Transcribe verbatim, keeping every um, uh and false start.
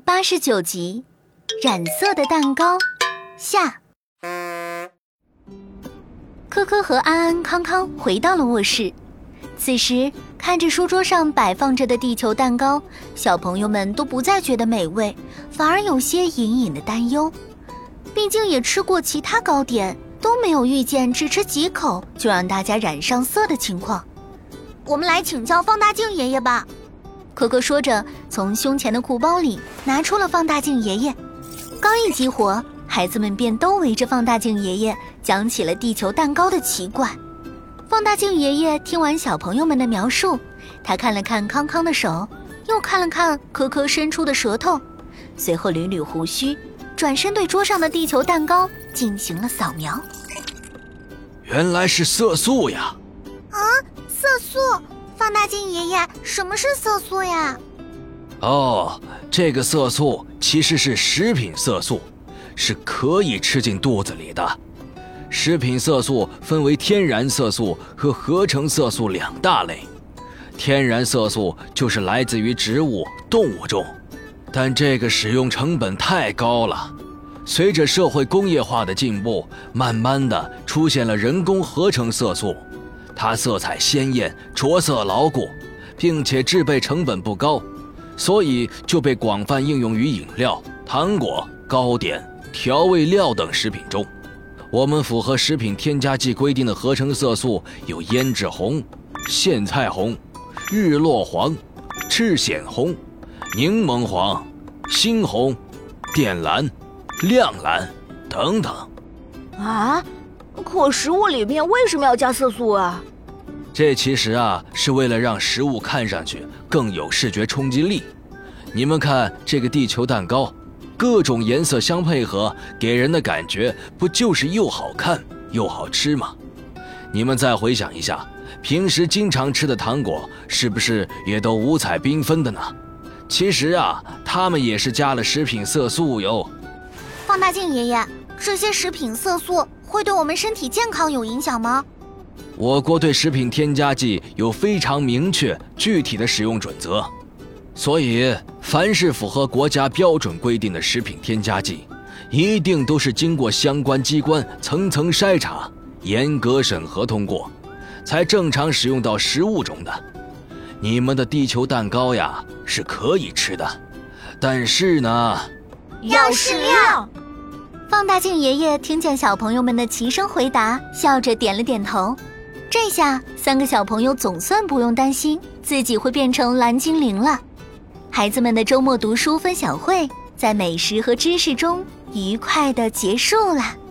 八十九集，染色的蛋糕下。科科和安安、康康回到了卧室，此时看着书桌上摆放着的地球蛋糕，小朋友们都不再觉得美味，反而有些隐隐的担忧。毕竟也吃过其他糕点，都没有遇见只吃几口就让大家染上色的情况。 我们来请教放大镜爷爷吧。 可可说着，从胸前的裤包里拿出了放大镜爷爷。刚一激活，孩子们便都围着放大镜爷爷讲起了地球蛋糕的奇怪。放大镜爷爷听完小朋友们的描述，他看了看康康的手，又看了看可可伸出的舌头，随后捋捋胡须，转身对桌上的地球蛋糕进行了扫描。 原来是色素呀！ 啊，色素！放大镜爷爷，什么是色素呀？ 哦，这个色素其实是食品色素，是可以吃进肚子里的。食品色素分为天然色素和合成色素两大类。天然色素就是来自于植物、动物中，但这个使用成本太高了。随着社会工业化的进步，慢慢的出现了人工合成色素，它色彩鲜艳，着色牢固，并且制备成本不高，所以就被广泛应用于饮料、糖果、糕点、调味料等食品中。我们符合食品添加剂规定的合成色素有胭脂红、苋菜红、日落黄、赤藓红、柠檬黄、猩红、靛蓝、亮蓝等等。 啊，可食物里面为什么要加色素啊？ 这其实啊是为了让食物看上去更有视觉冲击力。你们看这个地球蛋糕，各种颜色相配合，给人的感觉不就是又好看又好吃吗？你们再回想一下，平时经常吃的糖果是不是也都五彩缤纷的呢？其实啊，它们也是加了食品色素哟。 放大镜爷爷，这些食品色素会对我们身体健康有影响吗？ 我国对食品添加剂有非常明确具体的使用准则，所以凡是符合国家标准规定的食品添加剂，一定都是经过相关机关层层筛查，严格审核通过，才正常使用到食物中的。你们的地球蛋糕呀是可以吃的，但是呢， 要适量。 放大镜爷爷听见小朋友们的齐声回答，笑着点了点头。这下三个小朋友总算不用担心自己会变成蓝精灵了。孩子们的周末读书分享会在美食和知识中愉快地结束了。